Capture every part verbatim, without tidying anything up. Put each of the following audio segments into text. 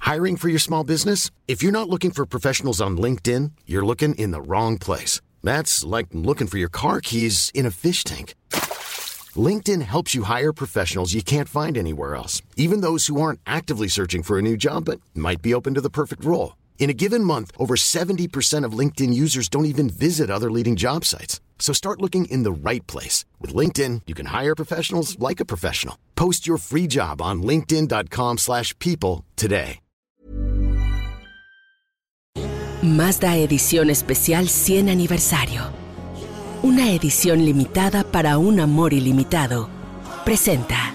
Hiring for your small business? If you're not looking for professionals on LinkedIn, you're looking in the wrong place. That's like looking for your car keys in a fish tank. LinkedIn helps you hire professionals you can't find anywhere else, even those who aren't actively searching for a new job but might be open to the perfect role. In a given month, over seventy percent of LinkedIn users don't even visit other leading job sites. So start looking in the right place. With LinkedIn, you can hire professionals like a professional. Post your free job on linkedin dot com slash people today. Mazda Edición Especial cien Aniversario. Una edición limitada para un amor ilimitado. Presenta.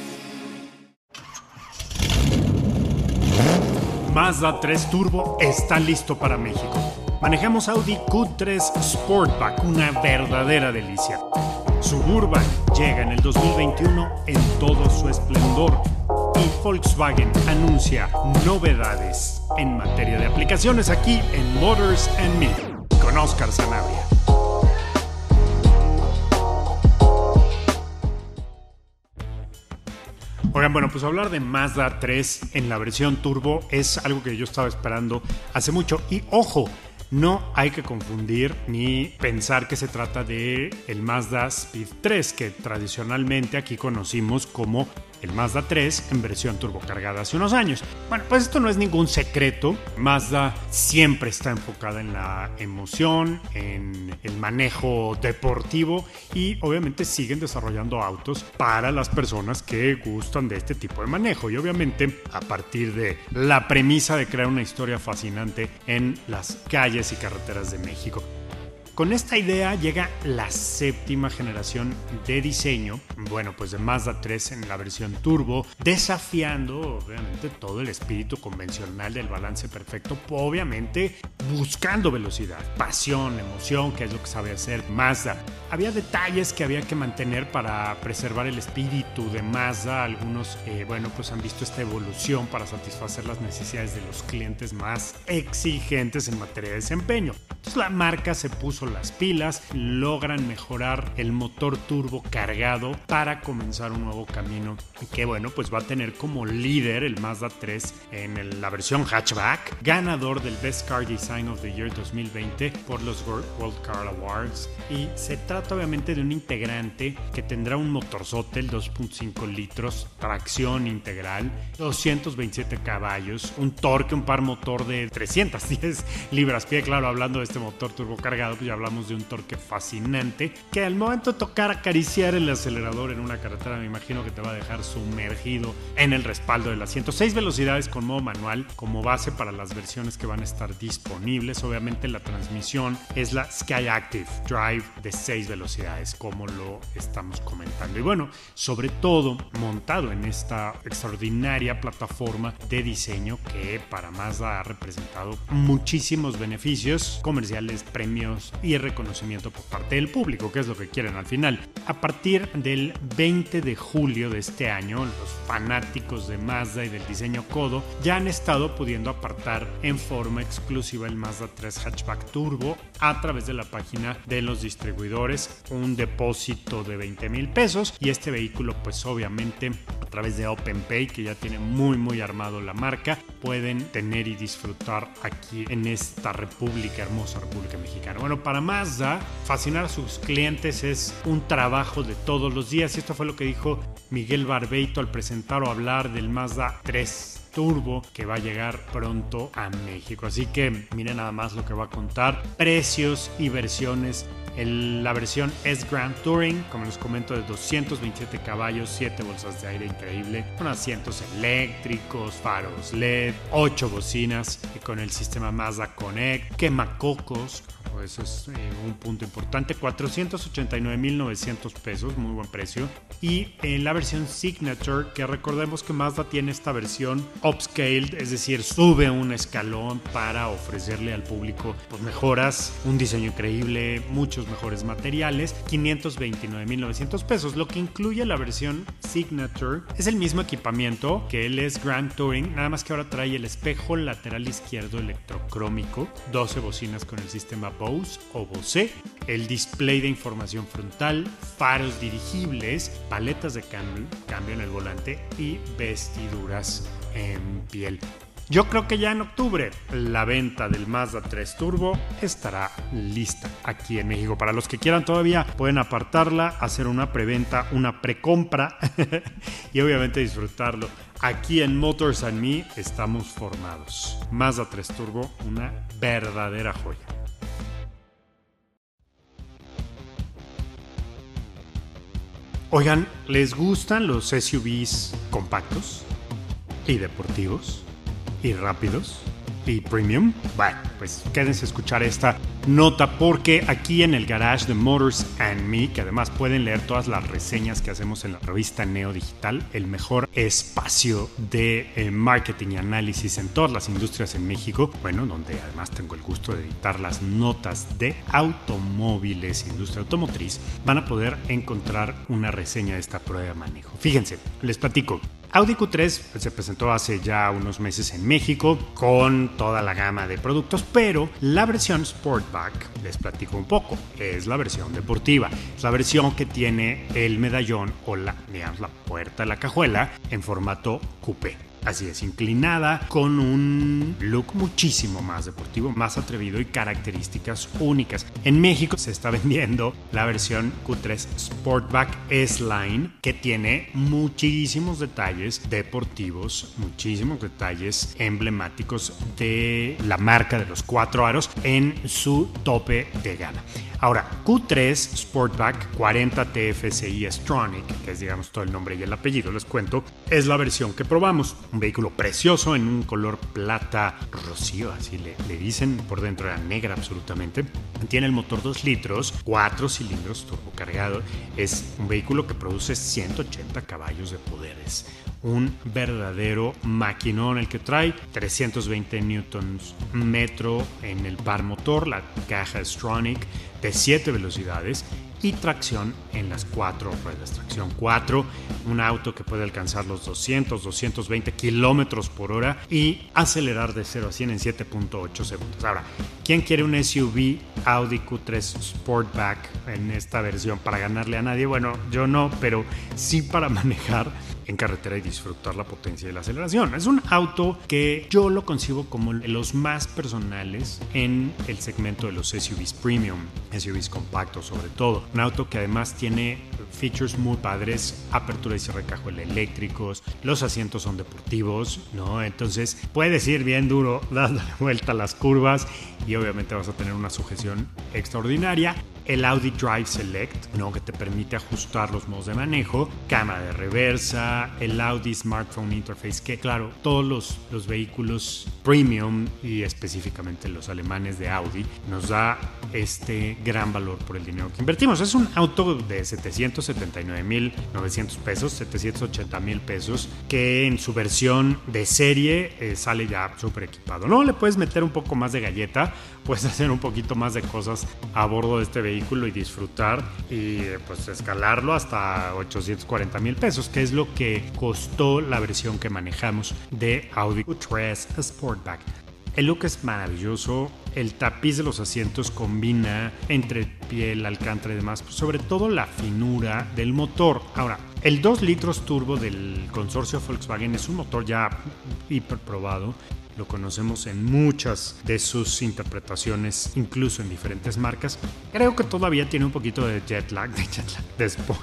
Mazda tres Turbo está listo para México. Manejamos Audi Q tres Sportback, una verdadera delicia. Suburban llega en el dos mil veintiuno en todo su esplendor. Y Volkswagen anuncia novedades en materia de aplicaciones aquí en Motors and Me con Oscar Sanabria. Oigan, bueno, pues hablar de Mazda tres en la versión turbo es algo que yo estaba esperando hace mucho. Y ojo, no hay que confundir ni pensar que se trata de el Mazda Speed tres, que tradicionalmente aquí conocimos como el Mazda tres en versión turbocargada hace unos años. Bueno, pues esto no es ningún secreto. Mazda siempre está enfocada en la emoción, en el manejo deportivo y obviamente siguen desarrollando autos para las personas que gustan de este tipo de manejo. Y obviamente a partir de la premisa de crear una historia fascinante en las calles y carreteras de México. Con esta idea llega la séptima generación de diseño, bueno, pues de Mazda tres en la versión turbo, desafiando obviamente todo el espíritu convencional del balance perfecto, obviamente buscando velocidad, pasión, emoción, que es lo que sabe hacer Mazda. Había detalles que había que mantener para preservar el espíritu de Mazda. Algunos, eh, bueno, pues han visto esta evolución para satisfacer las necesidades de los clientes más exigentes en materia de desempeño. Entonces la marca se puso las pilas, logran mejorar el motor turbo cargado para comenzar un nuevo camino que, bueno, pues va a tener como líder el Mazda tres en el, la versión hatchback, ganador del Best Car Design of the Year dos mil veinte por los World Car Awards. Y se trata obviamente de un integrante que tendrá un motorzote, el dos punto cinco litros, tracción integral, doscientos veintisiete caballos, un torque, un par motor de trescientas diez libras-pie. Claro, hablando de este motor turbo cargado, pues ya hablamos de un torque fascinante que al momento de tocar, acariciar el acelerador en una carretera, me imagino que te va a dejar sumergido en el respaldo del asiento. Seis velocidades con modo manual como base para las versiones que van a estar disponibles. Obviamente la transmisión es la Sky Active Drive de seis velocidades, como lo estamos comentando. Y bueno, sobre todo montado en esta extraordinaria plataforma de diseño que para Mazda ha representado muchísimos beneficios comerciales, premios y reconocimiento por parte del público, que es lo que quieren al final. A partir del veinte de julio de este año, los fanáticos de Mazda y del diseño codo ya han estado pudiendo apartar en forma exclusiva el Mazda tres Hatchback Turbo a través de la página de los distribuidores, un depósito de veinte mil pesos, y este vehículo pues obviamente a través de OpenPay, que ya tiene muy muy armado la marca, pueden tener y disfrutar aquí en esta república, hermosa República Mexicana. Bueno, para Mazda, fascinar a sus clientes es un trabajo de todos los días, y esto fue lo que dijo Miguel Barbeito al presentar o hablar del Mazda tres Turbo, que va a llegar pronto a México. Así que miren nada más lo que va a contar, precios y versiones. El, la versión es Grand Touring, como les comento, de doscientos veintisiete caballos, siete bolsas de aire increíble, con asientos eléctricos, faros L E D, ocho bocinas y con el sistema Mazda Connect, quemacocos. Eso es eh, un punto importante. cuatrocientos ochenta y nueve mil novecientos pesos, muy buen precio. Y en la versión Signature, que recordemos que Mazda tiene esta versión upscaled, es decir, sube un escalón para ofrecerle al público pues, mejoras, un diseño increíble, muchos mejores materiales, quinientos veintinueve mil novecientos pesos. Lo que incluye la versión Signature es el mismo equipamiento que el es Grand Touring, nada más que ahora trae el espejo lateral izquierdo electrocrómico, doce bocinas con el sistema Bose o Bose, el display de información frontal, faros dirigibles, paletas de cambio, cambio en el volante y vestiduras en piel. Yo creo que ya en octubre la venta del Mazda tres Turbo estará lista aquí en México. Para los que quieran todavía pueden apartarla, hacer una preventa, una precompra y obviamente disfrutarlo. Aquí en Motors and Me estamos formados. Mazda tres Turbo, una verdadera joya. Oigan, ¿les gustan los S U Vs compactos y deportivos y rápidos y premium? Bueno, pues quédense a escuchar esta nota porque aquí en el garage de Motors and Me, que además pueden leer todas las reseñas que hacemos en la revista Neo Digital, el mejor espacio de eh, marketing y análisis en todas las industrias en México, bueno, donde además tengo el gusto de editar las notas de automóviles, industria automotriz, van a poder encontrar una reseña de esta prueba de manejo. Fíjense, les platico. Audi Q tres se presentó hace ya unos meses en México con toda la gama de productos, pero la versión Sportback, les platico un poco, es la versión deportiva. Es la versión que tiene el medallón o la, digamos, la puerta de la cajuela en formato coupé. Así es, inclinada, con un look muchísimo más deportivo, más atrevido y características únicas. En México se está vendiendo la versión Q tres Sportback S-Line, que tiene muchísimos detalles deportivos, muchísimos detalles emblemáticos de la marca de los cuatro aros en su tope de gama. Ahora, Q tres Sportback cuarenta T F S I S-Tronic, que es digamos todo el nombre y el apellido, les cuento, es la versión que probamos. Un vehículo precioso en un color plata rocío, así le, le dicen, por dentro era negra absolutamente. Tiene el motor dos litros, cuatro cilindros turbocargado. Es un vehículo que produce ciento ochenta caballos de poderes. Un verdadero maquinón el que trae trescientos veinte newtons metro en el par motor, la caja S-Tronic de siete velocidades y tracción en las cuatro ruedas, tracción cuatro, un auto que puede alcanzar los doscientos, doscientos veinte kilómetros por hora y acelerar de cero a cien en siete punto ocho segundos. Ahora, ¿quién quiere un S U V Audi Q tres Sportback en esta versión para ganarle a nadie? Bueno, yo no, pero sí para manejar en carretera y disfrutar la potencia y la aceleración. Es un auto que yo lo concibo como los más personales en el segmento de los S U Vs premium, S U Vs compactos sobre todo. Un auto que además tiene features muy padres, apertura y cierre de cajuela eléctricos, los asientos son deportivos, ¿no? Entonces puedes ir bien duro dándole vuelta a las curvas y obviamente vas a tener una sujeción extraordinaria. El Audi Drive Select, ¿no? Que te permite ajustar los modos de manejo, cámara de reversa, el Audi Smartphone Interface, que claro, todos los, los vehículos premium y específicamente los alemanes de Audi nos da este gran valor por el dinero que invertimos. Es un auto de setecientos setenta y nueve mil novecientos pesos, setecientos ochenta mil pesos, que en su versión de serie eh, sale ya súper equipado, ¿no? Le puedes meter un poco más de galleta, puedes hacer un poquito más de cosas a bordo de este vehículo y disfrutar y pues escalarlo hasta ochocientos cuarenta mil pesos, que es lo que costó la versión que manejamos de Audi Q tres Sportback. El look es maravilloso, el tapiz de los asientos combina entre piel, alcántara y demás, sobre todo la finura del motor. Ahora, el dos litros turbo del consorcio Volkswagen es un motor ya hiper probado. Lo conocemos en muchas de sus interpretaciones, incluso en diferentes marcas. Creo que todavía tiene un poquito de jet lag, de jet lag, de, spo-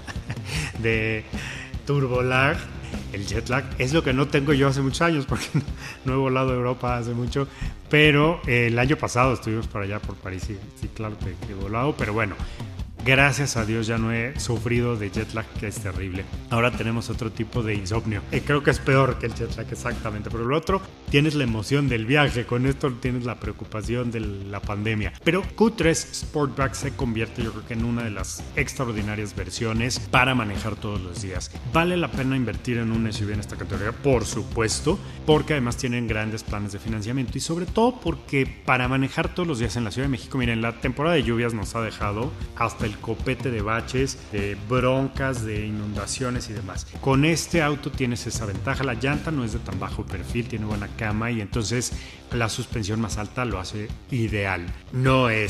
de turbo lag. El jet lag es lo que no tengo yo hace muchos años porque no, no he volado a Europa hace mucho, pero eh, el año pasado estuvimos por allá por París y sí, claro que he volado, pero bueno, gracias a Dios ya no he sufrido de jet lag, que es terrible. Ahora tenemos otro tipo de insomnio. Eh, creo que es peor que el jet lag, exactamente. Pero el otro, tienes la emoción del viaje. Con esto tienes la preocupación de la pandemia. Pero Q tres Sportback se convierte, yo creo que en una de las extraordinarias versiones para manejar todos los días. ¿Vale la pena invertir en un S U V en esta categoría? Por supuesto, porque además tienen grandes planes de financiamiento y sobre todo porque para manejar todos los días en la Ciudad de México, miren, la temporada de lluvias nos ha dejado hasta el copete de baches, de broncas, de inundaciones y demás. Con este auto tienes esa ventaja. La llanta no es de tan bajo perfil, tiene buena cama y entonces la suspensión más alta lo hace ideal. No es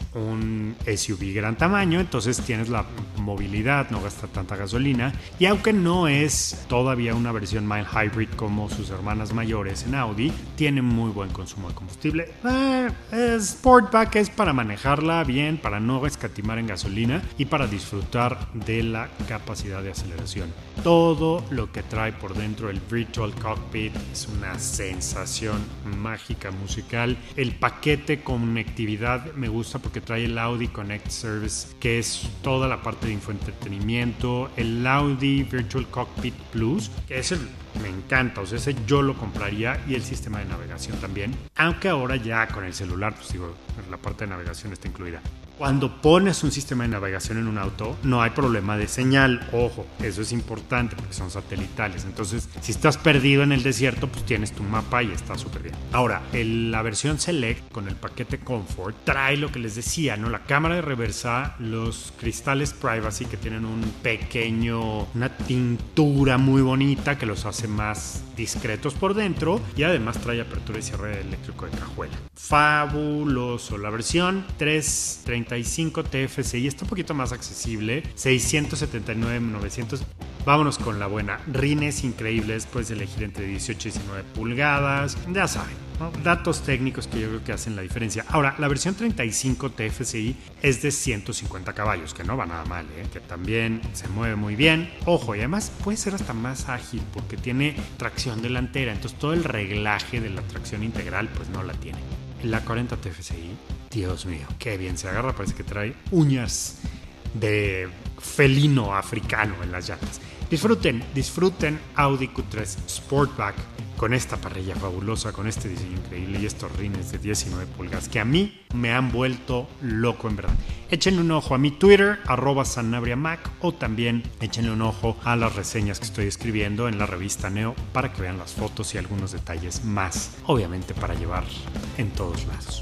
un S U V gran tamaño, entonces tienes la movilidad, no gasta tanta gasolina, y aunque no es todavía una versión mild hybrid como sus hermanas mayores en Audi, tiene muy buen consumo de combustible. Eh, Sportback es para manejarla bien, para no escatimar en gasolina y para disfrutar de la capacidad de aceleración. Todo lo que trae por dentro el Virtual Cockpit es una sensación mágica musical. El paquete conectividad me gusta porque trae el Audi Connect Service, que es toda la parte de infoentretenimiento, el Audi Virtual Cockpit Plus, que es el me encanta, o sea, ese yo lo compraría, y el sistema de navegación también, aunque ahora ya con el celular, pues digo, la parte de navegación está incluida. Cuando pones un sistema de navegación en un auto, no hay problema de señal. Ojo, eso es importante porque son satelitales. Entonces, si estás perdido en el desierto, pues tienes tu mapa y está súper bien. Ahora, el, la versión Select con el paquete Comfort trae lo que les decía, ¿no? La cámara de reversa, los cristales Privacy que tienen un pequeño, una tintura muy bonita que los hace más discretos por dentro, y además trae apertura y cierre eléctrico de cajuela. Fabuloso. La versión trescientos treinta y cinco T F C I está un poquito más accesible, seiscientos setenta y nueve mil novecientos. Vámonos con la buena. Rines increíbles, puedes elegir entre dieciocho y diecinueve pulgadas, ya saben, ¿no? Datos técnicos que yo creo que hacen la diferencia. Ahora, la versión treinta y cinco T F C I es de ciento cincuenta caballos, que no va nada mal, ¿eh? Que también se mueve muy bien. Ojo, y además puede ser hasta más ágil porque tiene tracción delantera, entonces todo el reglaje de la tracción integral pues no la tiene. La cuarenta T F C I, Dios mío, qué bien se agarra, parece que trae uñas de felino africano en las llantas. Disfruten, disfruten Audi Q tres Sportback con esta parrilla fabulosa, con este diseño increíble y estos rines de diecinueve pulgadas que a mí me han vuelto loco en verdad. Échenle un ojo a mi Twitter, arroba SannabriaMac, o también échenle un ojo a las reseñas que estoy escribiendo en la revista Neo para que vean las fotos y algunos detalles más, obviamente para llevar en todos lados.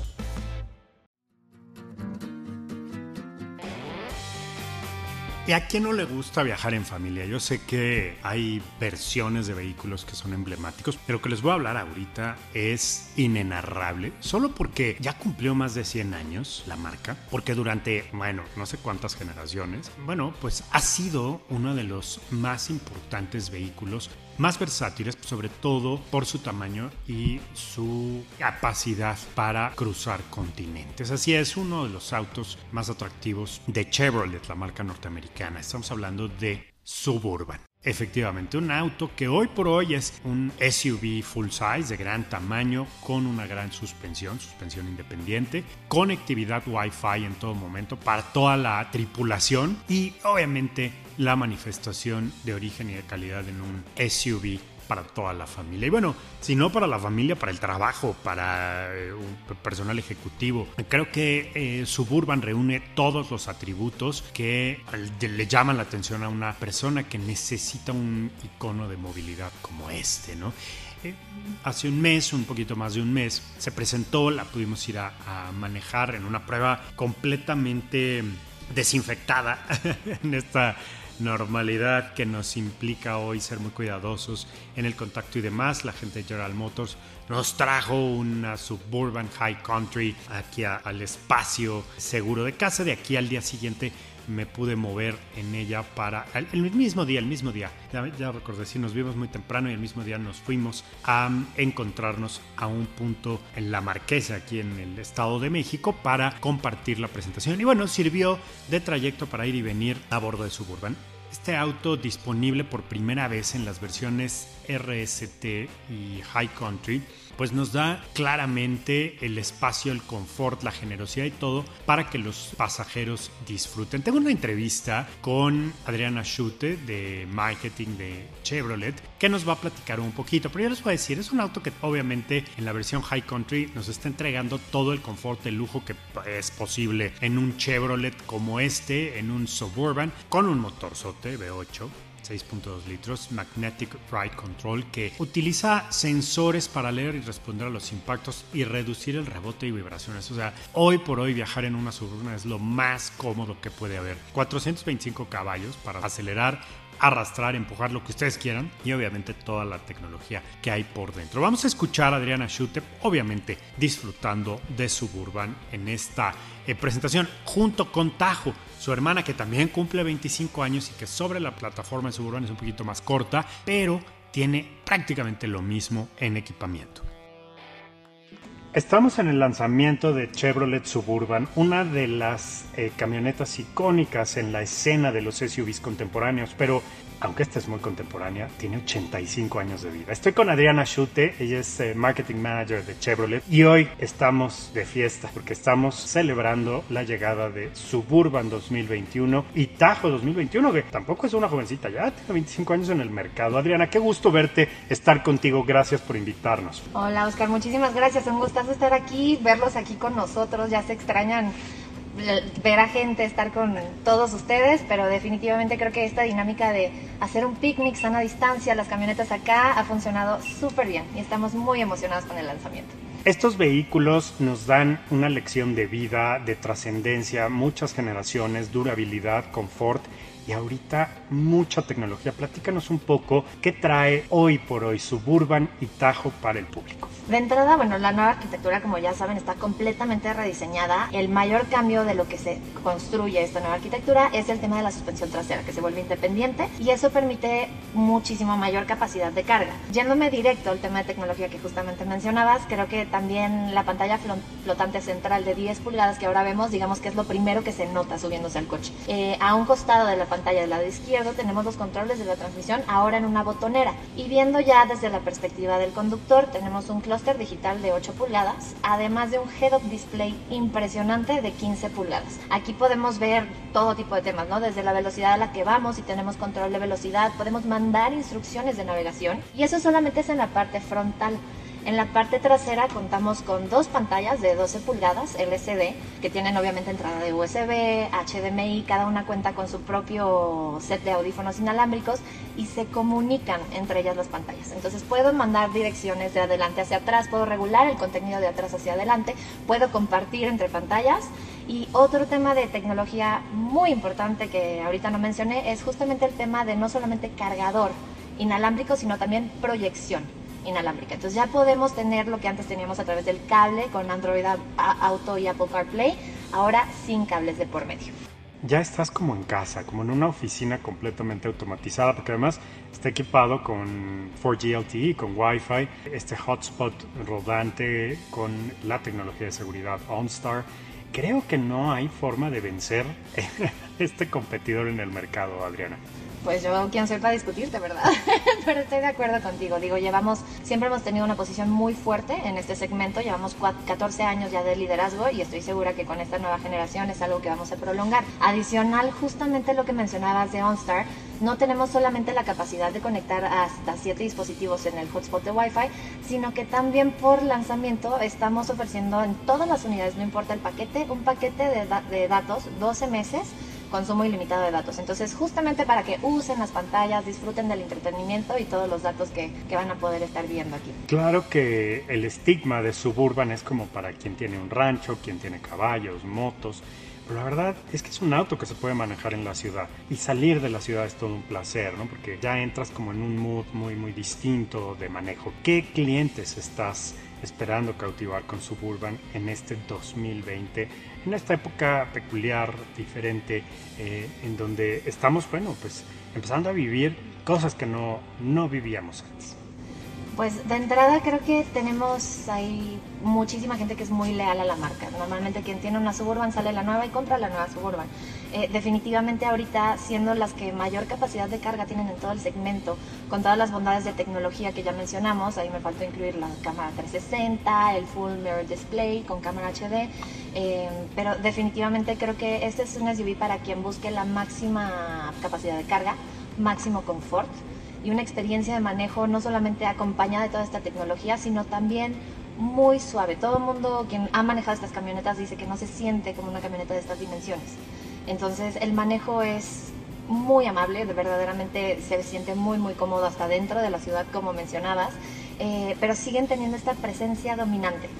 ¿Y a quién no le gusta viajar en familia? Yo sé que hay versiones de vehículos que son emblemáticos, pero lo que les voy a hablar ahorita es inenarrable, solo porque ya cumplió más de cien años la marca, porque durante, bueno, no sé cuántas generaciones, bueno, pues ha sido uno de los más importantes vehículos, más versátiles, sobre todo por su tamaño y su capacidad para cruzar continentes. Así es, uno de los autos más atractivos de Chevrolet, la marca norteamericana. Estamos hablando de Suburban. Efectivamente, un auto que hoy por hoy es un S U V full size de gran tamaño con una gran suspensión, suspensión independiente, conectividad Wi-Fi en todo momento para toda la tripulación y obviamente la manifestación de origen y de calidad en un S U V para toda la familia. Y bueno, si no para la familia, para el trabajo, para eh, un personal ejecutivo. Creo que eh, Suburban reúne todos los atributos que le llaman la atención a una persona que necesita un icono de movilidad como este, ¿no? Eh, hace un mes, un poquito más de un mes, se presentó, la pudimos ir a, a manejar en una prueba completamente desinfectada en esta normalidad que nos implica hoy ser muy cuidadosos en el contacto y demás. La gente de General Motors nos trajo una Suburban High Country aquí a, al espacio seguro de casa. De aquí al día siguiente me pude mover en ella para el, el mismo día, el mismo día. Ya, ya recordé, sí, nos vimos muy temprano y el mismo día nos fuimos a um, encontrarnos a un punto en La Marquesa, aquí en el Estado de México, para compartir la presentación. Y bueno, sirvió de trayecto para ir y venir a bordo de Suburban. Este auto disponible por primera vez en las versiones R S T y High Country, pues nos da claramente el espacio, el confort, la generosidad y todo para que los pasajeros disfruten. Tengo una entrevista con Adriana Schute de marketing de Chevrolet que nos va a platicar un poquito, pero yo les voy a decir, es un auto que obviamente en la versión High Country nos está entregando todo el confort, el lujo que es posible en un Chevrolet como este, en un Suburban con un motorzote V ocho. seis punto dos litros, Magnetic Ride Control, que utiliza sensores para leer y responder a los impactos y reducir el rebote y vibraciones. O sea, hoy por hoy viajar en una Suburban es lo más cómodo que puede haber. cuatrocientos veinticinco caballos para acelerar, arrastrar, empujar, lo que ustedes quieran, y obviamente toda la tecnología que hay por dentro. Vamos a escuchar a Adriana Schütte, obviamente disfrutando de Suburban en esta eh, presentación, junto con Tajo, su hermana, que también cumple veinticinco años y que sobre la plataforma de Suburban es un poquito más corta, pero tiene prácticamente lo mismo en equipamiento. Estamos en el lanzamiento de Chevrolet Suburban, una de las eh, camionetas icónicas en la escena de los S U Vs contemporáneos, pero aunque esta es muy contemporánea, tiene ochenta y cinco años de vida. Estoy con Adriana Schütte, ella es eh, Marketing Manager de Chevrolet, y hoy estamos de fiesta porque estamos celebrando la llegada de Suburban dos mil veintiuno y Tajo dos mil veintiuno, que tampoco es una jovencita, ya tiene veinticinco años en el mercado. Adriana, qué gusto verte, estar contigo, gracias por invitarnos. Hola Oscar, muchísimas gracias, un gustazo estar aquí, verlos aquí con nosotros, ya se extrañan ver a gente, estar con todos ustedes, pero definitivamente creo que esta dinámica de hacer un picnic sana distancia, las camionetas acá, ha funcionado súper bien y estamos muy emocionados con el lanzamiento. Estos vehículos nos dan una lección de vida, de trascendencia, muchas generaciones, durabilidad, confort y ahorita mucha tecnología. Platícanos un poco qué trae hoy por hoy Suburban y Tajo para el público. De entrada, bueno, la nueva arquitectura, como ya saben, está completamente rediseñada. El mayor cambio de lo que se construye esta nueva arquitectura es el tema de la suspensión trasera, que se vuelve independiente y eso permite muchísimo mayor capacidad de carga. Yéndome directo al tema de tecnología que justamente mencionabas, creo que también la pantalla flotante central de diez pulgadas que ahora vemos, digamos que es lo primero que se nota subiéndose al coche. Eh, a un costado de la pantalla del lado izquierdo tenemos los controles de la transmisión ahora en una botonera, y viendo ya desde la perspectiva del conductor tenemos un clúster digital de ocho pulgadas, además de un head-up display impresionante de quince pulgadas. Aquí podemos ver todo tipo de temas, ¿no? Desde la velocidad a la que vamos, y tenemos control de velocidad, podemos mandar instrucciones de navegación, y eso solamente es en la parte frontal. En la parte trasera contamos con dos pantallas de doce pulgadas L C D que tienen obviamente entrada de U S B, H D M I, cada una cuenta con su propio set de audífonos inalámbricos y se comunican entre ellas las pantallas. Entonces puedo mandar direcciones de adelante hacia atrás, puedo regular el contenido de atrás hacia adelante, puedo compartir entre pantallas. Y otro tema de tecnología muy importante que ahorita no mencioné es justamente el tema de no solamente cargador inalámbrico, sino también proyección inalámbrica. Entonces ya podemos tener lo que antes teníamos a través del cable con Android Auto y Apple CarPlay, ahora sin cables de por medio. Ya estás como en casa, como en una oficina completamente automatizada, porque además está equipado con cuatro G L T E, con Wi-Fi, este hotspot rodante con la tecnología de seguridad OnStar. Creo que no hay forma de vencer este competidor en el mercado, Adriana. Pues yo, ¿quién soy para discutirte, verdad? Pero estoy de acuerdo contigo. Digo, llevamos, siempre hemos tenido una posición muy fuerte en este segmento. Llevamos catorce años ya de liderazgo y estoy segura que con esta nueva generación es algo que vamos a prolongar. Adicional, justamente lo que mencionabas de OnStar, no tenemos solamente la capacidad de conectar hasta siete dispositivos en el hotspot de Wi-Fi, sino que también por lanzamiento estamos ofreciendo en todas las unidades, no importa el paquete, un paquete de, da- de datos, doce meses, consumo ilimitado de datos. Entonces, justamente para que usen las pantallas, disfruten del entretenimiento y todos los datos que, que van a poder estar viendo aquí. Claro que el estigma de Suburban es como para quien tiene un rancho, quien tiene caballos, motos, pero la verdad es que es un auto que se puede manejar en la ciudad y salir de la ciudad es todo un placer, ¿no? Porque ya entras como en un mood muy, muy distinto de manejo. ¿Qué clientes estás esperando cautivar con Suburban en este dos mil veinte, en esta época peculiar, diferente, eh, en donde estamos, bueno, pues empezando a vivir cosas que no, no vivíamos antes? Pues de entrada creo que tenemos ahí muchísima gente que es muy leal a la marca. Normalmente quien tiene una Suburban sale la nueva y compra la nueva Suburban. Eh, definitivamente ahorita, siendo las que mayor capacidad de carga tienen en todo el segmento, con todas las bondades de tecnología que ya mencionamos, ahí me faltó incluir la cámara trescientos sesenta, el Full Mirror Display con cámara H D, eh, pero definitivamente creo que este es un S U V para quien busque la máxima capacidad de carga, máximo confort y una experiencia de manejo no solamente acompañada de toda esta tecnología, sino también muy suave. Todo el mundo quien ha manejado estas camionetas dice que no se siente como una camioneta de estas dimensiones. Entonces el manejo es muy amable, de verdaderamente se siente muy muy cómodo hasta dentro de la ciudad, como mencionabas, eh, pero siguen teniendo esta presencia dominante.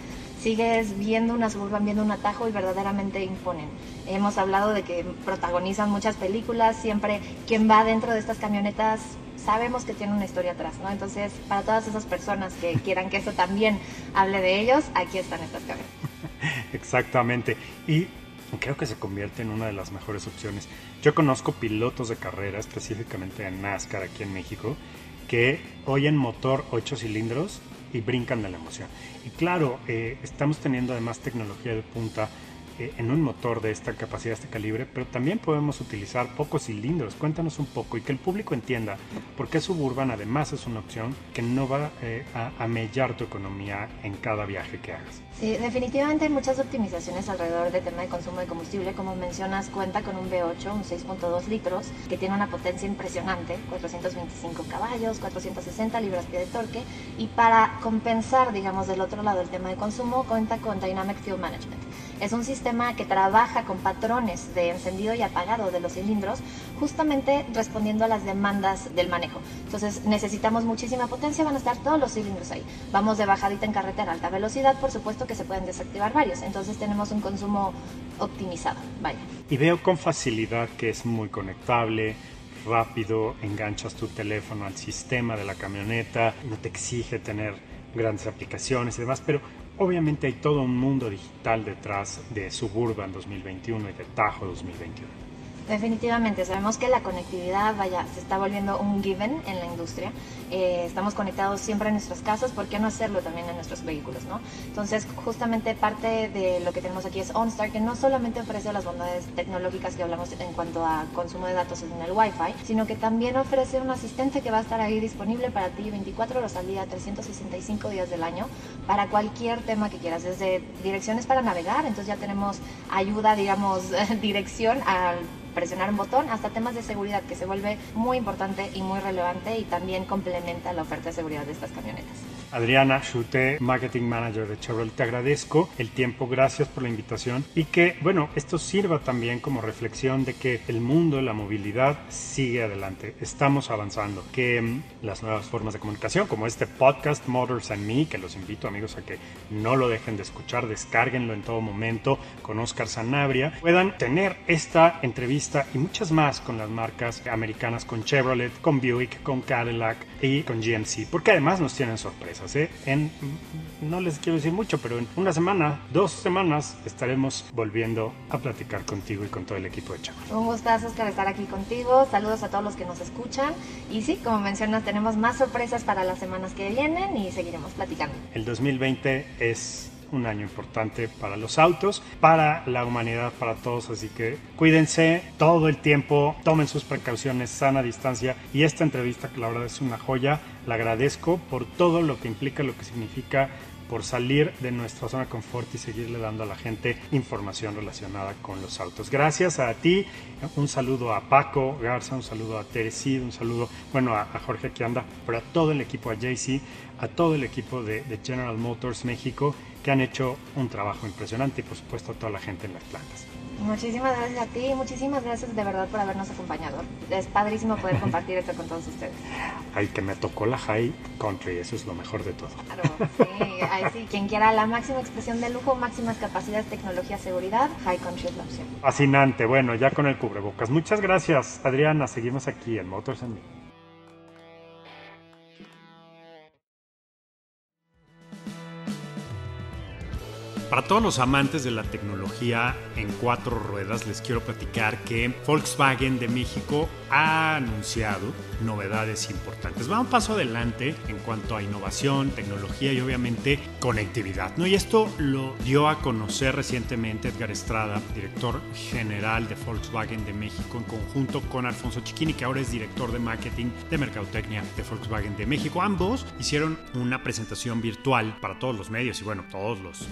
sigues viendo una Suburban, viendo un atajo y verdaderamente imponen. Hemos hablado de que protagonizan muchas películas, siempre quien va dentro de estas camionetas sabemos que tiene una historia atrás, ¿no? Entonces, para todas esas personas que quieran que eso también hable de ellos, aquí están estas camionetas. Exactamente, y creo que se convierte en una de las mejores opciones. Yo conozco pilotos de carrera, específicamente en NASCAR aquí en México, que oyen motor ocho cilindros y brincan de la emoción. Y claro, eh, estamos teniendo además tecnología de punta eh, en un motor de esta capacidad, este calibre, pero también podemos utilizar pocos cilindros. Cuéntanos un poco y que el público entienda por qué Suburban además es una opción que no va eh, a, a mellar tu economía en cada viaje que hagas. Sí, definitivamente hay muchas optimizaciones alrededor del tema de consumo de combustible. Como mencionas, cuenta con un V ocho, un seis punto dos litros, que tiene una potencia impresionante, cuatrocientos veinticinco caballos, cuatrocientos sesenta libras-pie de torque, y para compensar, digamos, del otro lado el tema de consumo, cuenta con Dynamic Fuel Management. Es un sistema que trabaja con patrones de encendido y apagado de los cilindros, justamente respondiendo a las demandas del manejo. Entonces necesitamos muchísima potencia, van a estar todos los cilindros ahí. Vamos de bajadita en carretera a alta velocidad, por supuesto que se pueden desactivar varios, entonces tenemos un consumo optimizado, vaya. Y veo con facilidad que es muy conectable, rápido, enganchas tu teléfono al sistema de la camioneta, no te exige tener grandes aplicaciones y demás, pero obviamente hay todo un mundo digital detrás de Suburban dos mil veintiuno y de Tahoe dos mil veintiuno. Definitivamente, sabemos que la conectividad, vaya, se está volviendo un given en la industria. Eh, estamos conectados siempre en nuestras casas, ¿por qué no hacerlo también en nuestros vehículos, ¿no? Entonces, justamente parte de lo que tenemos aquí es OnStar, que no solamente ofrece las bondades tecnológicas que hablamos en cuanto a consumo de datos en el Wi-Fi, sino que también ofrece un asistente que va a estar ahí disponible para ti veinticuatro horas al día, trescientos sesenta y cinco días del año, para cualquier tema que quieras, desde direcciones para navegar, entonces ya tenemos ayuda, digamos, dirección al presionar un botón, hasta temas de seguridad, que se vuelve muy importante y muy relevante y también complementa la oferta de seguridad de estas camionetas. Adriana Schute, Marketing Manager de Chevrolet, te agradezco el tiempo, gracias por la invitación y que, bueno, esto sirva también como reflexión de que el mundo de la movilidad sigue adelante, estamos avanzando, que um, las nuevas formas de comunicación, como este podcast Motors and Me, que los invito amigos a que no lo dejen de escuchar, descárguenlo en todo momento con Oscar Sanabria, puedan tener esta entrevista y muchas más con las marcas americanas, con Chevrolet, con Buick, con Cadillac y con G M C, porque además nos tienen sorpresas. ¿eh? En, no les quiero decir mucho, pero en una semana, dos semanas, estaremos volviendo a platicar contigo y con todo el equipo de Chevrolet. Un gustazo, Oscar, estar aquí contigo. Saludos a todos los que nos escuchan. Y sí, como mencionas, tenemos más sorpresas para las semanas que vienen y seguiremos platicando. El dos mil veinte es un año importante para los autos, para la humanidad, para todos, así que cuídense todo el tiempo, tomen sus precauciones, sana distancia, y esta entrevista, que la verdad es una joya, la agradezco por todo lo que implica, lo que significa, por salir de nuestra zona de confort y seguirle dando a la gente información relacionada con los autos. Gracias a ti, un saludo a Paco Garza, un saludo a Teresid, un saludo, bueno, a, a Jorge que anda, pero a todo el equipo, a J C, a todo el equipo de, de General Motors México, que han hecho un trabajo impresionante, y por supuesto a toda la gente en las plantas. Muchísimas gracias a ti, muchísimas gracias de verdad por habernos acompañado. Es padrísimo poder compartir esto con todos ustedes. Ay, que me tocó la High Country, eso es lo mejor de todo. Claro, sí, ahí sí, quien quiera la máxima expresión de lujo, máximas capacidades, tecnología, seguridad, High Country es la opción. Fascinante, bueno, ya con el cubrebocas. Muchas gracias, Adriana, seguimos aquí en Motors and Me. Para todos los amantes de la tecnología en cuatro ruedas, les quiero platicar que Volkswagen de México ha anunciado novedades importantes. Va un paso adelante en cuanto a innovación, tecnología y obviamente conectividad, ¿no? Y esto lo dio a conocer recientemente Edgar Estrada, director general de Volkswagen de México, en conjunto con Alfonso Chiquini, que ahora es director de marketing de mercadotecnia de Volkswagen de México. Ambos hicieron una presentación virtual para todos los medios y bueno, todos los followers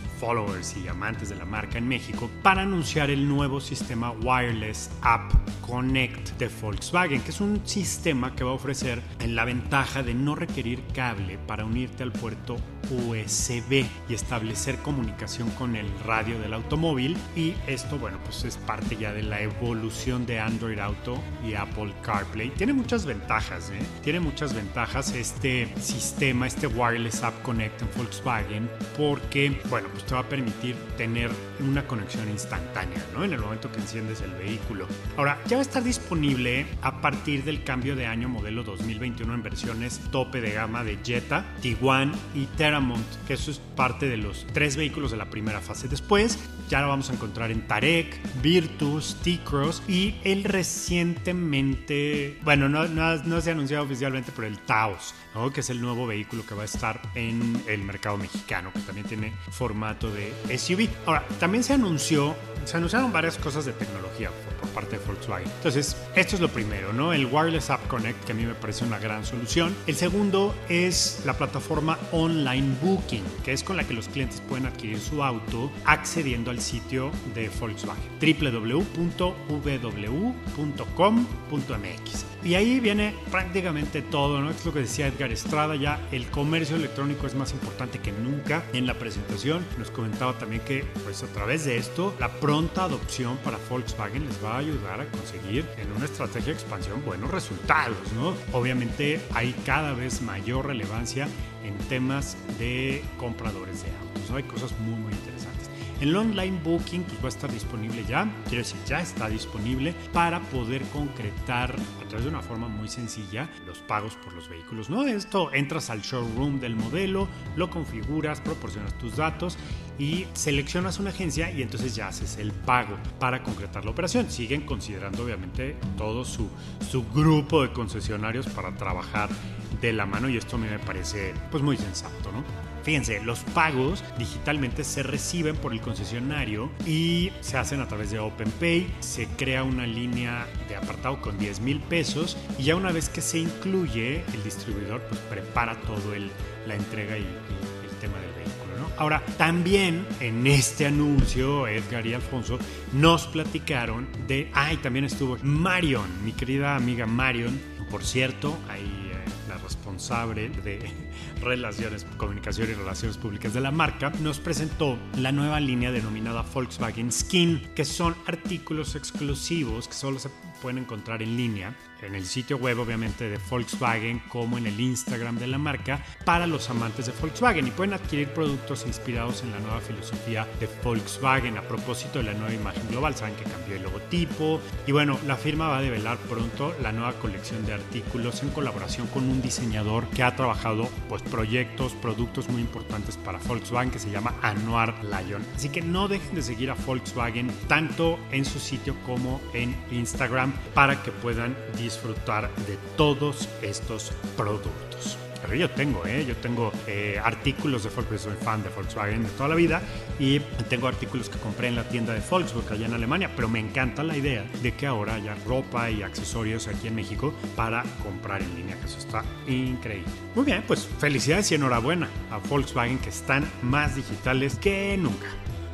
followers y amantes de la marca en México para anunciar el nuevo sistema Wireless App Connect de Volkswagen, que es un sistema que va a ofrecer la ventaja de no requerir cable para unirte al puerto U S B y establecer comunicación con el radio del automóvil. Y esto, bueno, pues es parte ya de la evolución de Android Auto y Apple CarPlay. Tiene muchas ventajas, ¿eh? Tiene muchas ventajas este sistema, este Wireless App Connect en Volkswagen, porque, bueno, pues te va a permitir tener una conexión instantánea, ¿no? En el momento que enciendes el vehículo. Ahora, ya va a estar disponible a partir del cambio de año modelo dos mil veintiuno en versiones tope de gama de Jetta, Tiguan y Terramont, que eso es parte de los tres vehículos de la primera fase. Después ya lo vamos a encontrar en Touareg, Virtus, T-Cross y el recientemente, bueno, no, no, no se ha anunciado oficialmente, pero el Taos, ¿no? Que es el nuevo vehículo que va a estar en el mercado mexicano, que también tiene formato de S U V. Ahora, también se anunció, se anunciaron varias cosas de tecnología por, por parte de Volkswagen. Entonces, esto es lo primero, ¿no? El Wireless App Connect, que a mí me parece una gran solución. El segundo es la plataforma Online Booking, que es con la que los clientes pueden adquirir su auto accediendo al sitio de Volkswagen, doble u doble u doble u punto v w punto com punto m x. Y ahí viene prácticamente todo, ¿no? Es lo que decía Edgar Estrada, ya el comercio electrónico es más importante que nunca. En la presentación nos comentaba también que, pues a través de esto, la pronta adopción para Volkswagen les va a ayudar a conseguir en una estrategia de expansión buenos resultados, ¿no? Obviamente hay cada vez mayor relevancia en temas de compradores de autos, ¿no? Hay cosas muy, muy interesantes. El online booking pues va a estar disponible ya, quiero decir, ya está disponible para poder concretar a través de una forma muy sencilla los pagos por los vehículos, ¿no? Esto, entras al showroom del modelo, lo configuras, proporcionas tus datos y seleccionas una agencia y entonces ya haces el pago para concretar la operación. Siguen considerando obviamente todo su, su grupo de concesionarios para trabajar de la mano y esto a mí me parece pues muy sensato, ¿no? Fíjense, los pagos digitalmente se reciben por el concesionario y se hacen a través de OpenPay. Se crea una línea de apartado con diez mil pesos y ya una vez que se incluye, el distribuidor pues prepara todo el, la entrega y, y el tema del vehículo, ¿no? Ahora, también en este anuncio, Edgar y Alfonso nos platicaron de... Ah, y también estuvo Marion, mi querida amiga Marion, por cierto, ahí... responsable de relaciones, comunicación y relaciones públicas de la marca, nos presentó la nueva línea denominada Volkswagen Skin, que son artículos exclusivos que solo se pueden encontrar en línea, en el sitio web obviamente de Volkswagen, como en el Instagram de la marca, para los amantes de Volkswagen, y pueden adquirir productos inspirados en la nueva filosofía de Volkswagen. A propósito de la nueva imagen global, saben que cambió el logotipo y bueno, la firma va a develar pronto la nueva colección de artículos en colaboración con un diseñador que ha trabajado pues proyectos, productos muy importantes para Volkswagen, que se llama Anwar Lion. Así que no dejen de seguir a Volkswagen tanto en su sitio como en Instagram para que puedan disfrutar de todos estos productos. Pero yo tengo, ¿eh? Yo tengo eh, artículos de Volkswagen, soy fan de Volkswagen de toda la vida y tengo artículos que compré en la tienda de Volkswagen allá en Alemania, pero me encanta la idea de que ahora haya ropa y accesorios aquí en México para comprar en línea, que eso está increíble. Muy bien, pues felicidades y enhorabuena a Volkswagen, que están más digitales que nunca.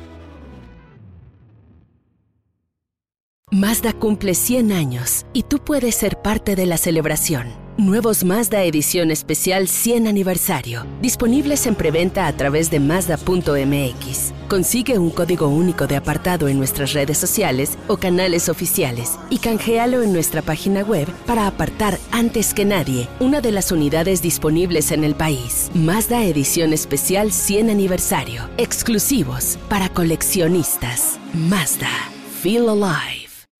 Mazda cumple cien años y tú puedes ser parte de la celebración. Nuevos Mazda Edición Especial cien Aniversario, disponibles en preventa a través de Mazda punto m x. Consigue un código único de apartado en nuestras redes sociales o canales oficiales y canjealo en nuestra página web para apartar antes que nadie una de las unidades disponibles en el país. Mazda Edición Especial cien Aniversario, exclusivos para coleccionistas. Mazda, feel alive.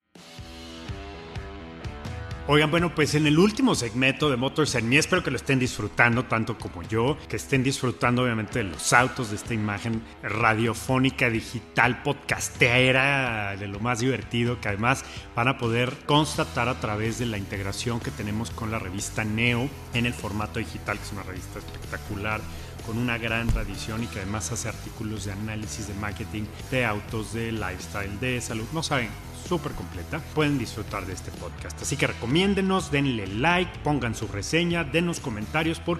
Oigan, bueno, pues en el último segmento de Motors and Me, espero que lo estén disfrutando tanto como yo, que estén disfrutando obviamente de los autos, de esta imagen radiofónica, digital, podcastera, de lo más divertido, que además van a poder constatar a través de la integración que tenemos con la revista Neo en el formato digital, que es una revista espectacular, con una gran tradición y que además hace artículos de análisis, de marketing, de autos, de lifestyle, de salud, no saben, súper completa. Pueden disfrutar de este podcast, así que recomiéndenos, denle like, pongan su reseña, denos comentarios, porque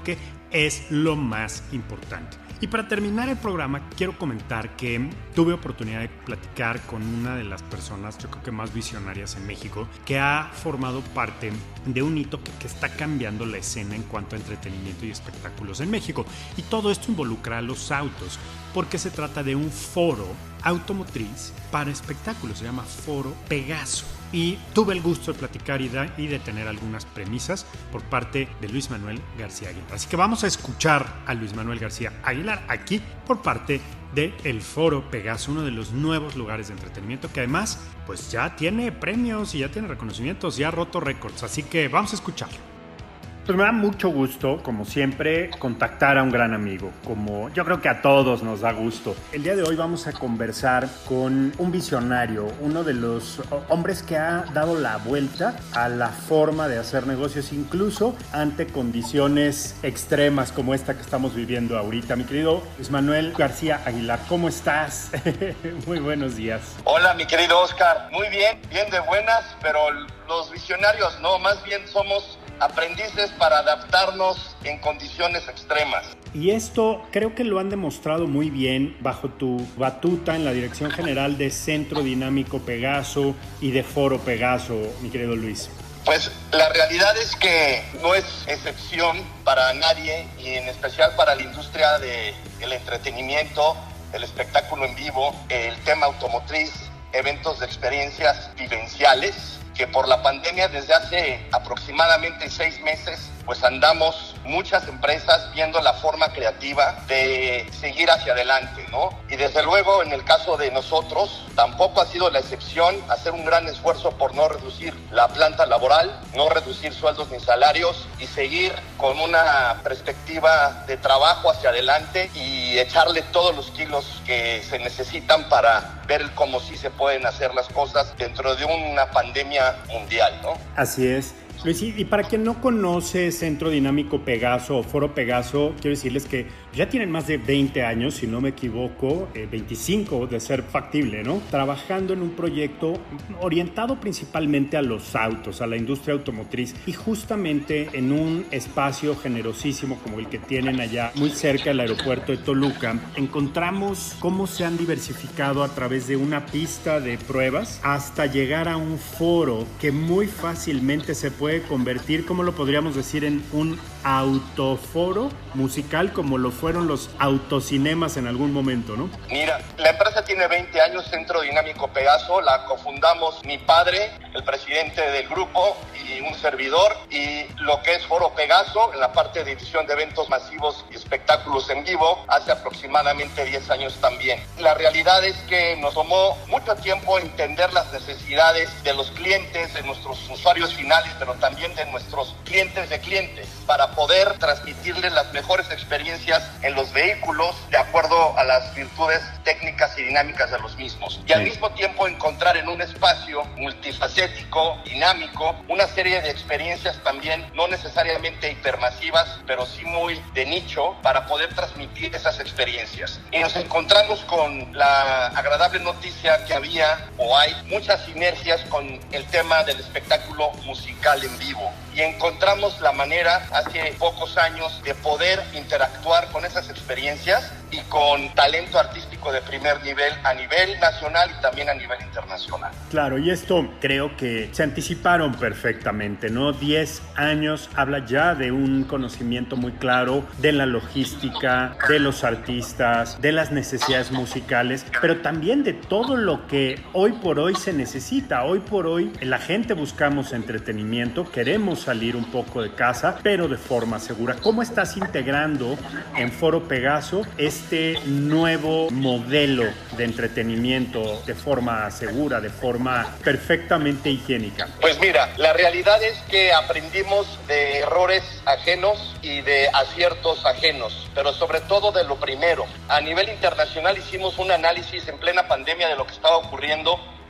es lo más importante. Y para terminar el programa, quiero comentar que tuve oportunidad de platicar con una de las personas, yo creo que más visionarias en México, que ha formado parte de un hito que, que está cambiando la escena en cuanto a entretenimiento y espectáculos en México. Y todo esto involucra a los autos, porque se trata de un foro automotriz para espectáculos, se llama Foro Pegaso. Y tuve el gusto de platicar y de, y de tener algunas premisas por parte de Luis Manuel García Aguilar. Así que vamos a escuchar a Luis Manuel García Aguilar aquí por parte del Foro Pegaso, uno de los nuevos lugares de entretenimiento que además pues ya tiene premios y ya tiene reconocimientos, ya ha roto récords. Así que vamos a escucharlo. Pues me da mucho gusto, como siempre, contactar a un gran amigo, como yo creo que a todos nos da gusto. El día de hoy vamos a conversar con un visionario, uno de los hombres que ha dado la vuelta a la forma de hacer negocios, incluso ante condiciones extremas como esta que estamos viviendo ahorita. Mi querido Luis Manuel García Aguilar, ¿cómo estás? Muy buenos días. Hola, mi querido Oscar. Muy bien, bien de buenas, pero los visionarios no, más bien somos aprendices para adaptarnos en condiciones extremas. Y esto creo que lo han demostrado muy bien bajo tu batuta en la dirección general de Centro Dinámico Pegaso y de Foro Pegaso, mi querido Luis. Pues la realidad es que no es excepción para nadie y en especial para la industria del entretenimiento, el espectáculo en vivo, el tema automotriz, eventos de experiencias vivenciales, que por la pandemia desde hace aproximadamente seis meses pues andamos muchas empresas viendo la forma creativa de seguir hacia adelante, ¿no? Y desde luego en el caso de nosotros tampoco ha sido la excepción, hacer un gran esfuerzo por no reducir la planta laboral, no reducir sueldos ni salarios y seguir con una perspectiva de trabajo hacia adelante y echarle todos los kilos que se necesitan para ver cómo sí se pueden hacer las cosas dentro de una pandemia mundial, ¿no? Así es. Luis, y para quien no conoce Centro Dinámico Pegaso o Foro Pegaso, quiero decirles que ya tienen más de veinte años, si no me equivoco, eh, veinticinco de ser factible, ¿no? Trabajando en un proyecto orientado principalmente a los autos, a la industria automotriz y justamente en un espacio generosísimo como el que tienen allá muy cerca del aeropuerto de Toluca, encontramos cómo se han diversificado a través de una pista de pruebas hasta llegar a un foro que muy fácilmente se puede convertir, ¿cómo lo podríamos decir?, en un autoforo musical como lo fueron los autocinemas en algún momento, ¿no? Mira, la empresa tiene veinte años, Centro Dinámico Pegaso, la cofundamos mi padre, el presidente del grupo y un servidor, y lo que es Foro Pegaso, en la parte de edición de eventos masivos y espectáculos en vivo, hace aproximadamente diez años también. La realidad es que nos tomó mucho tiempo entender las necesidades de los clientes, de nuestros usuarios finales, pero también de nuestros clientes de clientes, para poder transmitirles las mejores experiencias en los vehículos de acuerdo a las virtudes técnicas y dinámicas de los mismos. Y al mismo tiempo encontrar en un espacio multifacético, dinámico, una serie de experiencias también no necesariamente hipermasivas, pero sí muy de nicho para poder transmitir esas experiencias. Y nos encontramos con la agradable noticia que había o hay muchas sinergias con el tema del espectáculo musical en vivo. Y encontramos la manera hace pocos años de poder interactuar con esas experiencias y con talento artístico de primer nivel a nivel nacional y también a nivel internacional. Claro, y esto creo que se anticiparon perfectamente, ¿no? diez años habla ya de un conocimiento muy claro de la logística, de los artistas, de las necesidades musicales, pero también de todo lo que hoy por hoy se necesita. Hoy por hoy la gente buscamos entretenimiento, queremos salir un poco de casa, pero de forma segura. ¿Cómo estás integrando en Foro Pegaso este nuevo modelo de entretenimiento de forma segura, de forma perfectamente higiénica? Pues mira, la realidad es que aprendimos de errores ajenos y de aciertos ajenos, pero sobre todo de lo primero. A nivel internacional hicimos un análisis en plena pandemia de lo que estaba ocurriendo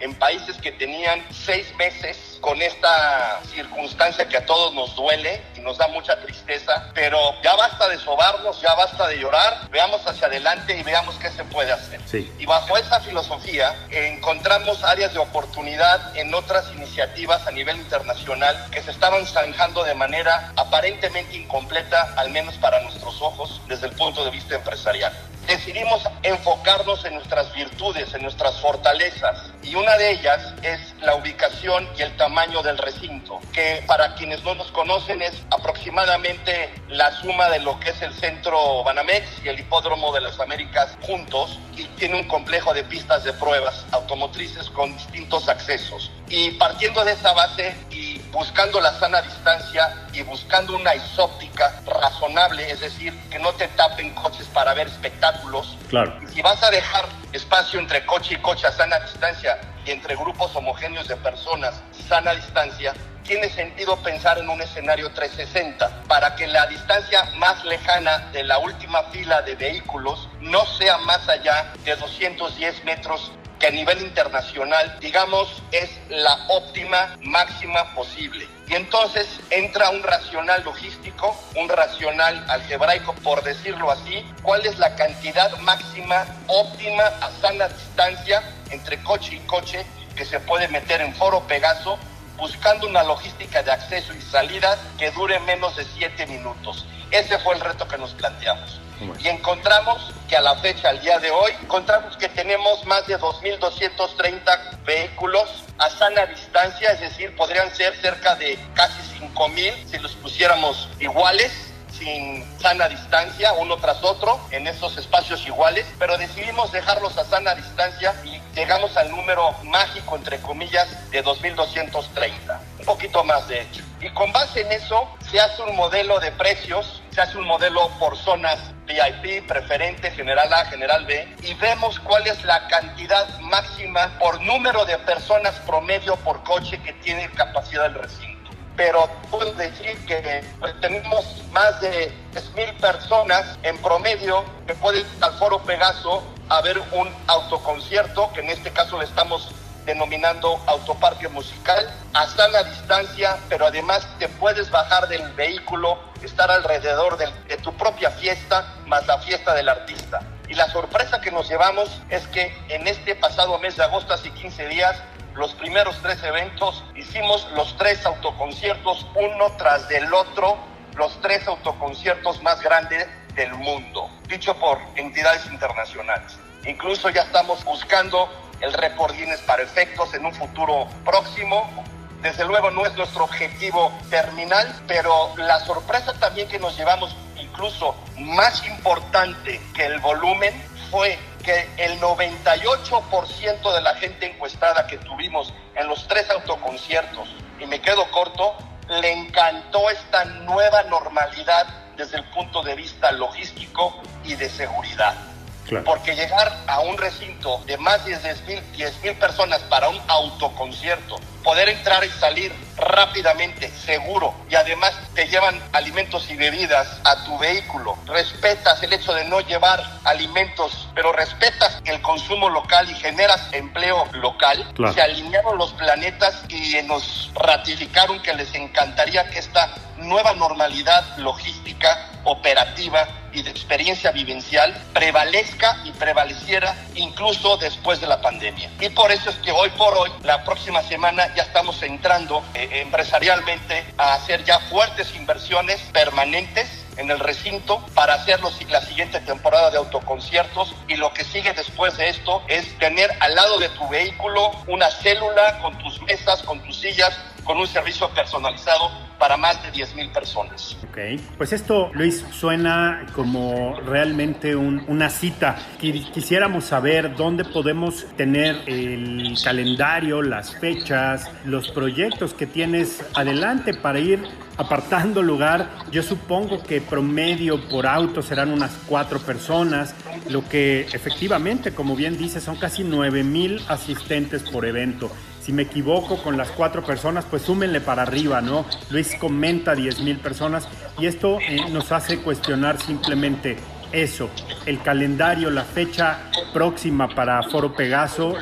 en países que tenían seis meses con esta circunstancia que a todos nos duele y nos da mucha tristeza, pero ya basta de sobarnos, ya basta de llorar, veamos hacia adelante y veamos qué se puede hacer. Sí. Y bajo esa filosofía encontramos áreas de oportunidad en otras iniciativas a nivel internacional que se estaban zanjando de manera aparentemente incompleta, al menos para nuestros ojos, desde el punto de vista empresarial. Decidimos enfocarnos en nuestras virtudes, en nuestras fortalezas, y una de ellas es la ubicación y el tamaño del recinto, que para quienes no nos conocen es aproximadamente la suma de lo que es el Centro Banamex y el Hipódromo de las Américas juntos, y tiene un complejo de pistas de pruebas automotrices con distintos accesos. Y partiendo de esa base y buscando la sana distancia y buscando una isóptica razonable, es decir, que no te tapen coches para ver espectáculos. Claro. Y si vas a dejar espacio entre coche y coche a sana distancia y entre grupos homogéneos de personas sana distancia, tiene sentido pensar en un escenario trescientos sesenta para que la distancia más lejana de la última fila de vehículos no sea más allá de doscientos diez metros, que a nivel internacional, digamos, es la óptima máxima posible. Y entonces entra un racional logístico, un racional algebraico, por decirlo así, cuál es la cantidad máxima óptima a sana distancia entre coche y coche que se puede meter en Foro Pegaso, buscando una logística de acceso y salida que dure menos de siete minutos. Ese fue el reto que nos planteamos. Y encontramos que a la fecha, al día de hoy, encontramos que tenemos más de dos mil doscientos treinta vehículos a sana distancia, es decir, podrían ser cerca de casi cinco mil si los pusiéramos iguales, sin sana distancia, uno tras otro, en esos espacios iguales, pero decidimos dejarlos a sana distancia y llegamos al número mágico, entre comillas, de dos mil doscientos treinta, un poquito más de hecho. Y con base en eso se hace un modelo de precios, se hace un modelo por zonas V I P, preferente, general A, general B, y vemos cuál es la cantidad máxima por número de personas promedio por coche que tiene capacidad del recinto. Pero puedo decir que pues, tenemos más de diez mil personas en promedio que pueden ir al Foro Pegaso a ver un autoconcierto, que en este caso le estamos denominando autoparque musical, a sana distancia, pero además te puedes bajar del vehículo, estar alrededor de, de tu propia fiesta, más la fiesta del artista. Y la sorpresa que nos llevamos es que en este pasado mes de agosto, hace quince días, los primeros tres eventos, hicimos los tres autoconciertos, uno tras del otro, los tres autoconciertos más grandes del mundo, dicho por entidades internacionales. Incluso ya estamos buscando el récord Guinness para efectos en un futuro próximo. Desde luego no es nuestro objetivo terminal, pero la sorpresa también que nos llevamos, incluso más importante que el volumen, fue que el noventa y ocho por ciento de la gente encuestada que tuvimos en los tres autoconciertos, y me quedo corto, le encantó esta nueva normalidad desde el punto de vista logístico y de seguridad. Claro. Porque llegar a un recinto de más de diez mil personas para un autoconcierto, poder entrar y salir rápidamente, seguro, y además te llevan alimentos y bebidas a tu vehículo, respetas el hecho de no llevar alimentos, pero respetas el consumo local y generas empleo local. Claro. Se alinearon los planetas y nos ratificaron que les encantaría que esta nueva normalidad logística, operativa y de experiencia vivencial prevalezca y prevaleciera incluso después de la pandemia. Y por eso es que hoy por hoy, la próxima semana, ya estamos entrando eh, empresarialmente a hacer ya fuertes inversiones permanentes en el recinto para hacer los, la siguiente temporada de autoconciertos, y lo que sigue después de esto es tener al lado de tu vehículo una célula con tus mesas, con tus sillas, con un servicio personalizado para más de diez mil personas. Ok, pues esto, Luis, suena como realmente un, una cita. Quisiéramos saber dónde podemos tener el calendario, las fechas, los proyectos que tienes adelante para ir apartando lugar. Yo supongo que promedio por auto serán unas cuatro personas, lo que efectivamente, como bien dices, son casi nueve mil asistentes por evento. Si me equivoco con las cuatro personas, pues súmenle para arriba, ¿no? Luis comenta diez mil personas, y esto eh, nos hace cuestionar simplemente eso, el calendario, la fecha próxima para Foro Pegaso, Luis,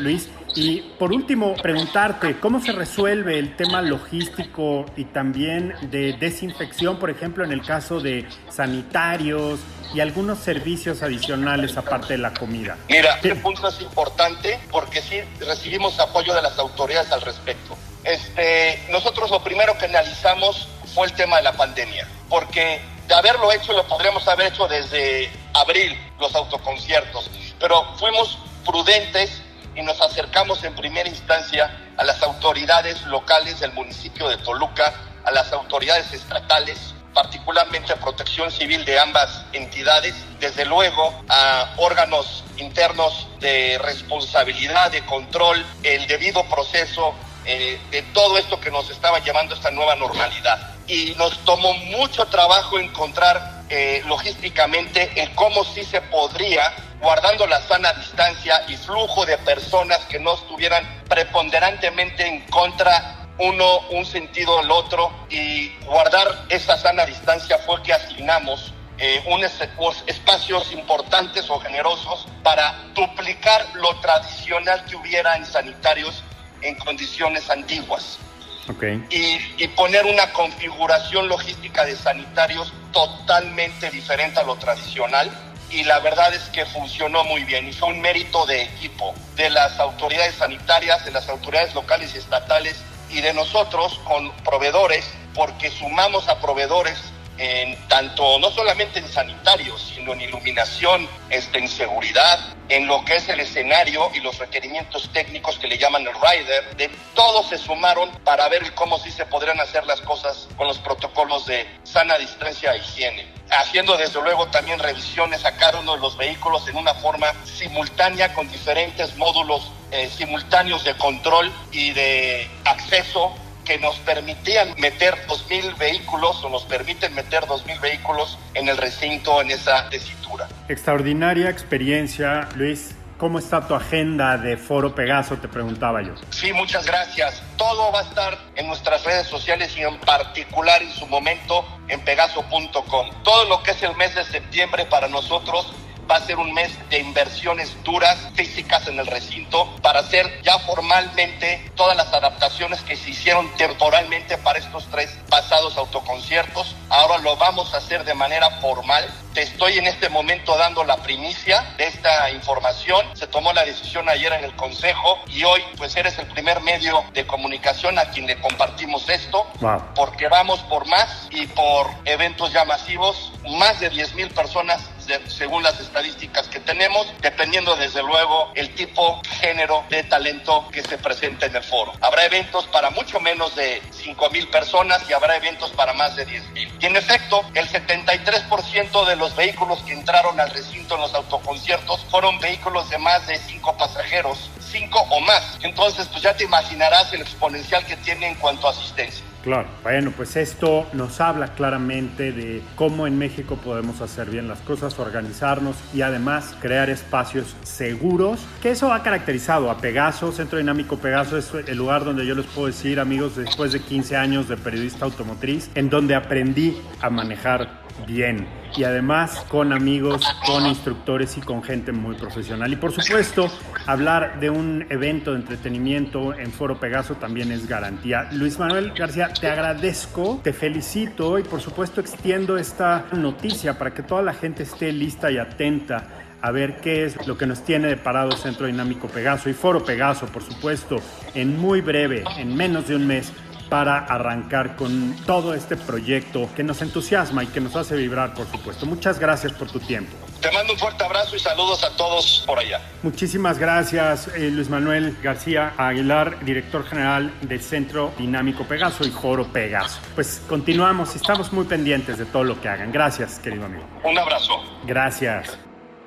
Y por último, preguntarte, ¿cómo se resuelve el tema logístico y también de desinfección, por ejemplo, en el caso de sanitarios y algunos servicios adicionales aparte de la comida? Mira, este punto es importante porque sí recibimos apoyo de las autoridades al respecto. Este, nosotros lo primero que analizamos fue el tema de la pandemia, porque de haberlo hecho, lo podríamos haber hecho desde abril, los autoconciertos, pero fuimos prudentes y nos acercamos en primera instancia a las autoridades locales del municipio de Toluca, a las autoridades estatales, particularmente a Protección Civil de ambas entidades, desde luego a órganos internos de responsabilidad, de control, el debido proceso eh, de todo esto que nos estaba llevando a esta nueva normalidad. Y nos tomó mucho trabajo encontrar eh, logísticamente el cómo sí se podría, guardando la sana distancia y flujo de personas que no estuvieran preponderantemente en contra uno, un sentido del otro, y guardar esa sana distancia fue que asignamos eh, unos espacios importantes o generosos para duplicar lo tradicional que hubiera en sanitarios en condiciones antiguas. Okay. Y, y poner una configuración logística de sanitarios totalmente diferente a lo tradicional. Y la verdad es que funcionó muy bien y fue un mérito de equipo de las autoridades sanitarias, de las autoridades locales y estatales y de nosotros con proveedores, porque sumamos a proveedores en tanto, no solamente en sanitarios, sino en iluminación, este, en seguridad, en lo que es el escenario y los requerimientos técnicos que le llaman el rider. De todos se sumaron para ver cómo sí se podrían hacer las cosas con los protocolos de sana distancia e higiene, haciendo desde luego también revisiones a cada uno de los vehículos en una forma simultánea con diferentes módulos eh, simultáneos de control y de acceso que nos permitían meter dos mil vehículos o nos permiten meter dos mil vehículos en el recinto en esa tesitura. Extraordinaria experiencia, Luis. ¿Cómo está tu agenda de Foro Pegaso? Te preguntaba yo. Sí, muchas gracias. Todo va a estar en nuestras redes sociales y en particular en su momento en pegaso punto com. Todo lo que es el mes de septiembre para nosotros va a ser un mes de inversiones duras, físicas en el recinto, para hacer ya formalmente todas las adaptaciones que se hicieron temporalmente para estos tres pasados autoconciertos. Ahora lo vamos a hacer de manera formal. Te estoy en este momento dando la primicia de esta información. Se tomó la decisión ayer en el Consejo y hoy pues eres el primer medio de comunicación a quien le compartimos esto. Wow. Porque vamos por más y por eventos ya masivos, más de diez mil personas de, según las estadísticas que tenemos, dependiendo desde luego el tipo, género de talento que se presenta en el foro. Habrá eventos para mucho menos de cinco mil personas y habrá eventos para más de diez mil. Y en efecto, el setenta y tres por ciento de los vehículos que entraron al recinto en los autoconciertos fueron vehículos de más de cinco pasajeros, cinco o más. Entonces, pues ya te imaginarás el exponencial que tiene en cuanto a asistencia. Claro, bueno, pues esto nos habla claramente de cómo en México podemos hacer bien las cosas, organizarnos y además crear espacios seguros, que eso ha caracterizado a Pegaso. Centro Dinámico Pegaso es el lugar donde yo les puedo decir, amigos, después de quince años de periodista automotriz, en donde aprendí a manejar bien y además con amigos, con instructores y con gente muy profesional. Y por supuesto, hablar de un evento de entretenimiento en Foro Pegaso también es garantía. Luis Manuel García, te agradezco, te felicito y por supuesto extiendo esta noticia para que toda la gente esté lista y atenta a ver qué es lo que nos tiene deparado Centro Dinámico Pegaso y Foro Pegaso, por supuesto, en muy breve, en menos de un mes, para arrancar con todo este proyecto que nos entusiasma y que nos hace vibrar, por supuesto. Muchas gracias por tu tiempo. Te mando un fuerte abrazo y saludos a todos por allá. Muchísimas gracias, eh, Luis Manuel García Aguilar, director general del Centro Dinámico Pegaso y Foro Pegaso. Pues continuamos y estamos muy pendientes de todo lo que hagan. Gracias, querido amigo. Un abrazo. Gracias.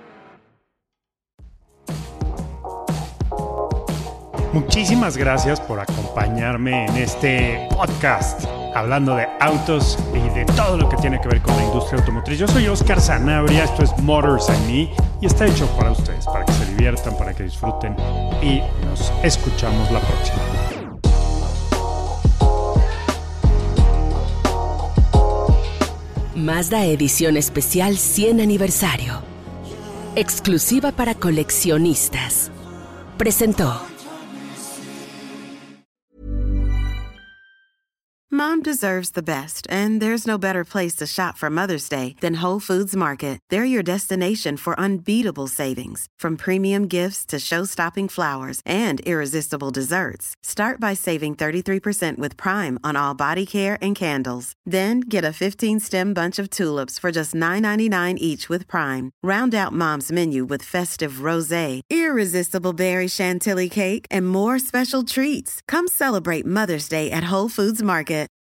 Muchísimas gracias por acompañarme en este podcast hablando de autos y de todo lo que tiene que ver con la industria automotriz. Yo soy Oscar Sanabria, esto es Motors and Me y está hecho para ustedes, para que se diviertan, para que disfruten y nos escuchamos la próxima. Mazda Edición Especial cien Aniversario. Exclusiva para coleccionistas. Presentó. Mom deserves the best, and there's no better place to shop for Mother's Day than Whole Foods Market. They're your destination for unbeatable savings, from premium gifts to show-stopping flowers and irresistible desserts. Start by saving thirty-three percent with Prime on all body care and candles. Then get a fifteen-stem bunch of tulips for just nine ninety-nine each with Prime. Round out Mom's menu with festive rosé, irresistible berry chantilly cake, and more special treats. Come celebrate Mother's Day at Whole Foods Market.